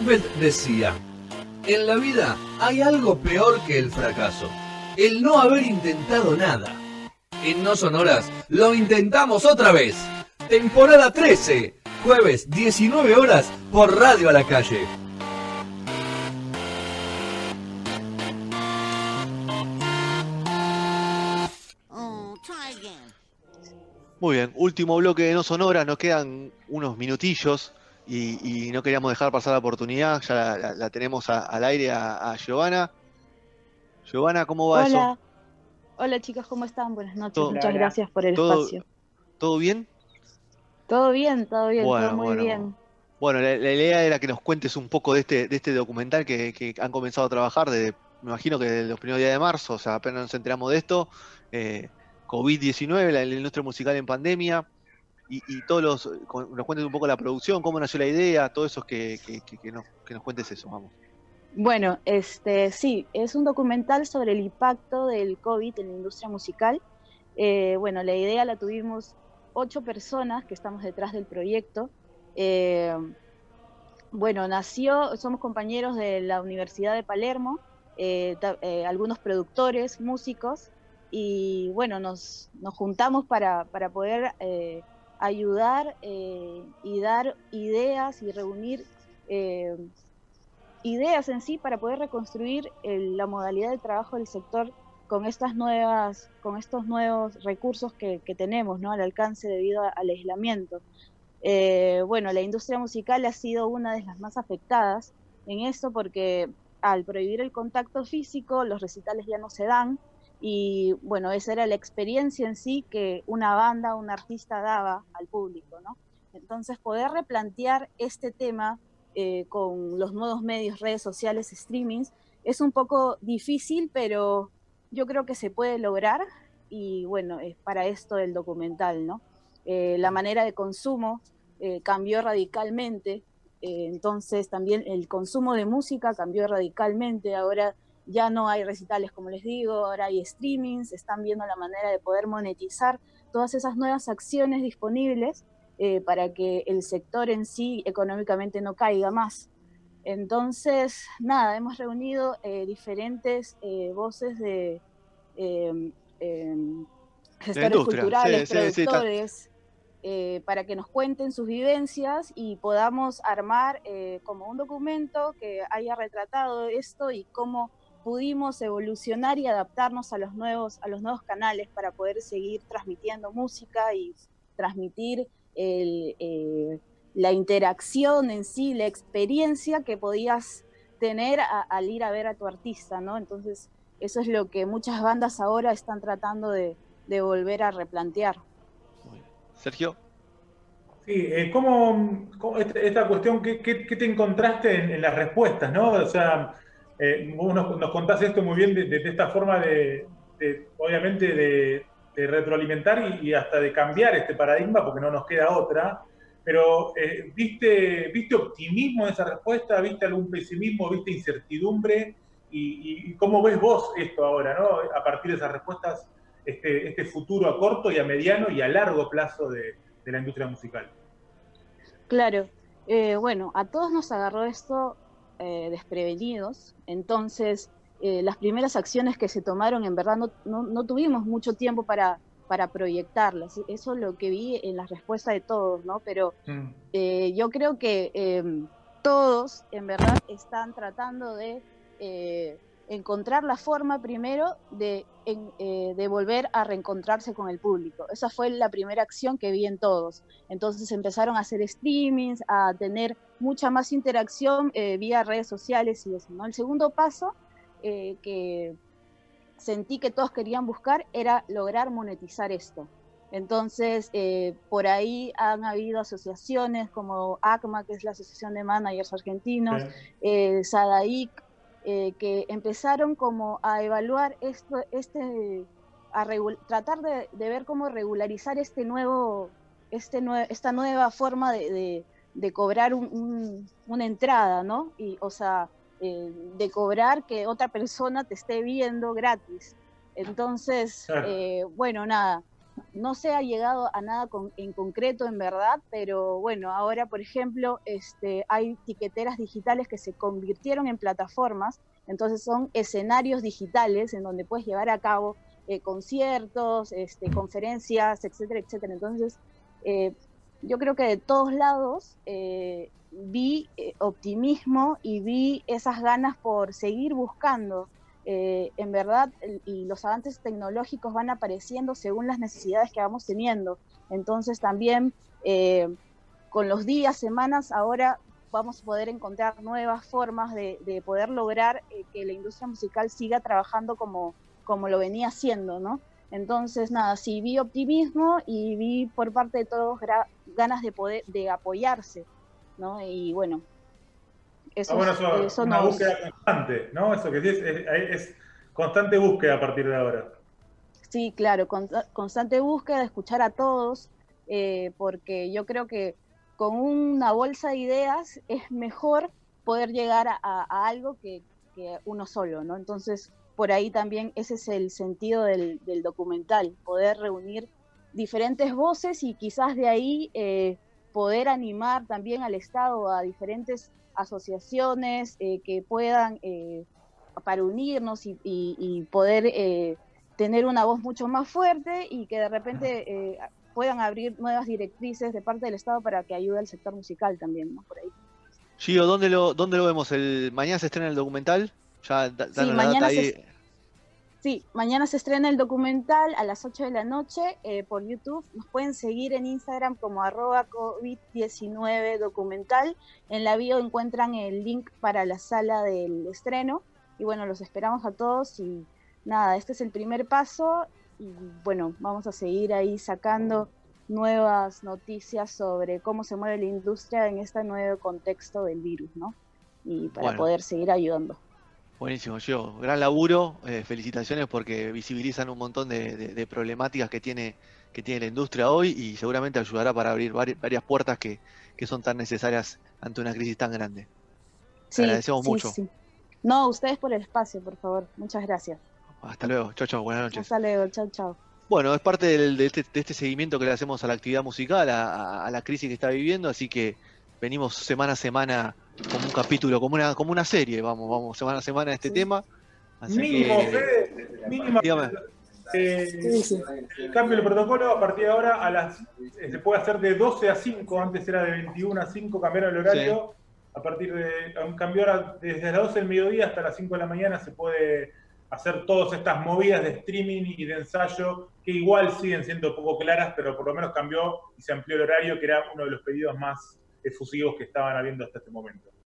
Roosevelt decía, en la vida hay algo peor que el fracaso, el no haber intentado nada. En No Sonoras lo intentamos otra vez. Temporada 13, jueves 19 horas por Radio a la Calle. Muy bien, último bloque de No Sonoras, nos quedan unos minutillos y no queríamos dejar pasar la oportunidad, ya la tenemos al aire a Giovanna. Giovanna, ¿cómo va eso? Hola, hola chicos, ¿cómo están? Buenas noches, muchas Hola. gracias por el ¿Todo, espacio. todo bien? Todo bien, todo Bueno, muy bien. Bueno, la idea era que nos cuentes un poco de este documental que han comenzado a trabajar desde, me imagino que desde los primeros días de marzo, o sea, apenas nos enteramos de esto, COVID-19, la industria musical en pandemia, y nos cuentes un poco la producción, cómo nació la idea, todo eso que nos cuentes eso, vamos. Bueno, sí, es un documental sobre el impacto del COVID en la industria musical. Bueno, la idea la tuvimos 8 personas que estamos detrás del proyecto. Bueno, somos compañeros de la Universidad de Palermo, algunos productores, músicos, y bueno, nos juntamos para poder ayudar y dar ideas y reunir ideas en sí para poder reconstruir la modalidad de trabajo del sector con estos nuevos recursos que tenemos, ¿no?, al alcance debido al aislamiento. Bueno, la industria musical ha sido una de las más afectadas en esto porque al prohibir el contacto físico, los recitales ya no se dan y bueno, esa era la experiencia en sí que una banda, un artista daba al público, ¿no? Entonces, poder replantear este tema con los nuevos medios, redes sociales, streamings, es un poco difícil, pero yo creo que se puede lograr y bueno, es para esto el documental, ¿no? La manera de consumo cambió radicalmente, entonces también el consumo de música cambió radicalmente, ahora ya no hay recitales, como les digo, ahora hay streamings, están viendo la manera de poder monetizar todas esas nuevas acciones disponibles para que el sector en sí económicamente no caiga más. Entonces, nada, hemos reunido diferentes voces de gestores culturales, productores, para que nos cuenten sus vivencias y podamos armar como un documento que haya retratado esto y cómo pudimos evolucionar y adaptarnos a los nuevos canales para poder seguir transmitiendo música y transmitir la interacción en sí, la experiencia que podías tener al ir a ver a tu artista, ¿no? Entonces, eso es lo que muchas bandas ahora están tratando de volver a replantear. Sergio. Sí, esta cuestión, ¿qué te encontraste en las respuestas, ¿no? O sea, vos nos contás esto muy bien de esta forma obviamente, de retroalimentar y hasta de cambiar este paradigma, porque no nos queda otra. Pero, ¿viste optimismo en esa respuesta? ¿Viste algún pesimismo? ¿Viste incertidumbre? ¿Y cómo ves vos esto ahora, ¿no? A partir de esas respuestas, este futuro a corto y a mediano y a largo plazo de la industria musical. Claro, bueno, a todos nos agarró esto desprevenidos, entonces las primeras acciones que se tomaron, en verdad no tuvimos mucho tiempo para proyectarlas, eso es lo que vi en la respuesta de todos, ¿no? Pero yo creo que todos, en verdad, están tratando de encontrar la forma primero de volver a reencontrarse con el público. Esa fue la primera acción que vi en todos. Entonces empezaron a hacer streamings, a tener mucha más interacción vía redes sociales y eso, ¿no? El segundo paso que sentí que todos querían buscar era lograr monetizar esto. Entonces, por ahí han habido asociaciones como ACMA, que es la Asociación de Managers Argentinos, SADAIC, que empezaron como a evaluar tratar de ver cómo regularizar esta nueva forma de cobrar una entrada, ¿no? O sea, de cobrar que otra persona te esté viendo gratis. Entonces, bueno, nada, no se ha llegado a nada en concreto en verdad, pero bueno, ahora por ejemplo hay tiqueteras digitales que se convirtieron en plataformas, entonces son escenarios digitales en donde puedes llevar a cabo conciertos, conferencias, etcétera, etcétera. Entonces, yo creo que de todos lados vi optimismo y vi esas ganas por seguir buscando. En verdad, y los avances tecnológicos van apareciendo según las necesidades que vamos teniendo. Entonces también con los días, semanas, ahora vamos a poder encontrar nuevas formas de poder lograr que la industria musical siga trabajando como lo venía haciendo, ¿no? Entonces, nada, sí vi optimismo y vi por parte de todos ganas de apoyarse, ¿no? Y bueno, eso, bueno, eso una nos... búsqueda constante, ¿no? Eso que sí es constante búsqueda a partir de ahora. Sí, claro, constante búsqueda de escuchar a todos, porque yo creo que con una bolsa de ideas es mejor poder llegar a algo que uno solo, ¿no? Entonces, por ahí también ese es el sentido del documental, poder reunir diferentes voces y quizás de ahí poder animar también al Estado, a diferentes asociaciones que puedan, para unirnos y poder tener una voz mucho más fuerte y que de repente puedan abrir nuevas directrices de parte del Estado para que ayude al sector musical también, ¿no? Por ahí. Gio, ¿dónde lo vemos? Mañana se estrena el documental. Ya Sí, danos la data ahí. Sí, mañana se estrena el documental a las 8 de la noche por YouTube. Nos pueden seguir en Instagram como @COVID-19 documental. En la bio encuentran el link para la sala del estreno. Y bueno, los esperamos a todos y nada, este es el primer paso y bueno, vamos a seguir ahí sacando nuevas noticias sobre cómo se mueve la industria en este nuevo contexto del virus, ¿no? Y para poder seguir ayudando. Buenísimo, Gio. Gran laburo. Felicitaciones porque visibilizan un montón de problemáticas que tiene la industria hoy y seguramente ayudará para abrir varias puertas que son tan necesarias ante una crisis tan grande. Te agradecemos mucho. Sí. No, ustedes por el espacio, por favor. Muchas gracias. Hasta luego. Chau. Buenas noches. Hasta luego. Chau. Bueno, es parte de este seguimiento que le hacemos a la actividad musical, a la crisis que está viviendo, así que venimos semana a semana como un capítulo, como una serie, vamos semana a semana a este tema. Así mínimo, mínimo. El cambio del protocolo a partir de ahora se puede hacer de 12 a 5, antes era de 21 a 5, cambiaron el horario. Sí. A partir de cambió ahora desde las 12 del mediodía hasta las 5 de la mañana se puede hacer todas estas movidas de streaming y de ensayo, que igual siguen siendo poco claras, pero por lo menos cambió y se amplió el horario, que era uno de los pedidos más efusivos que estaban habiendo hasta este momento.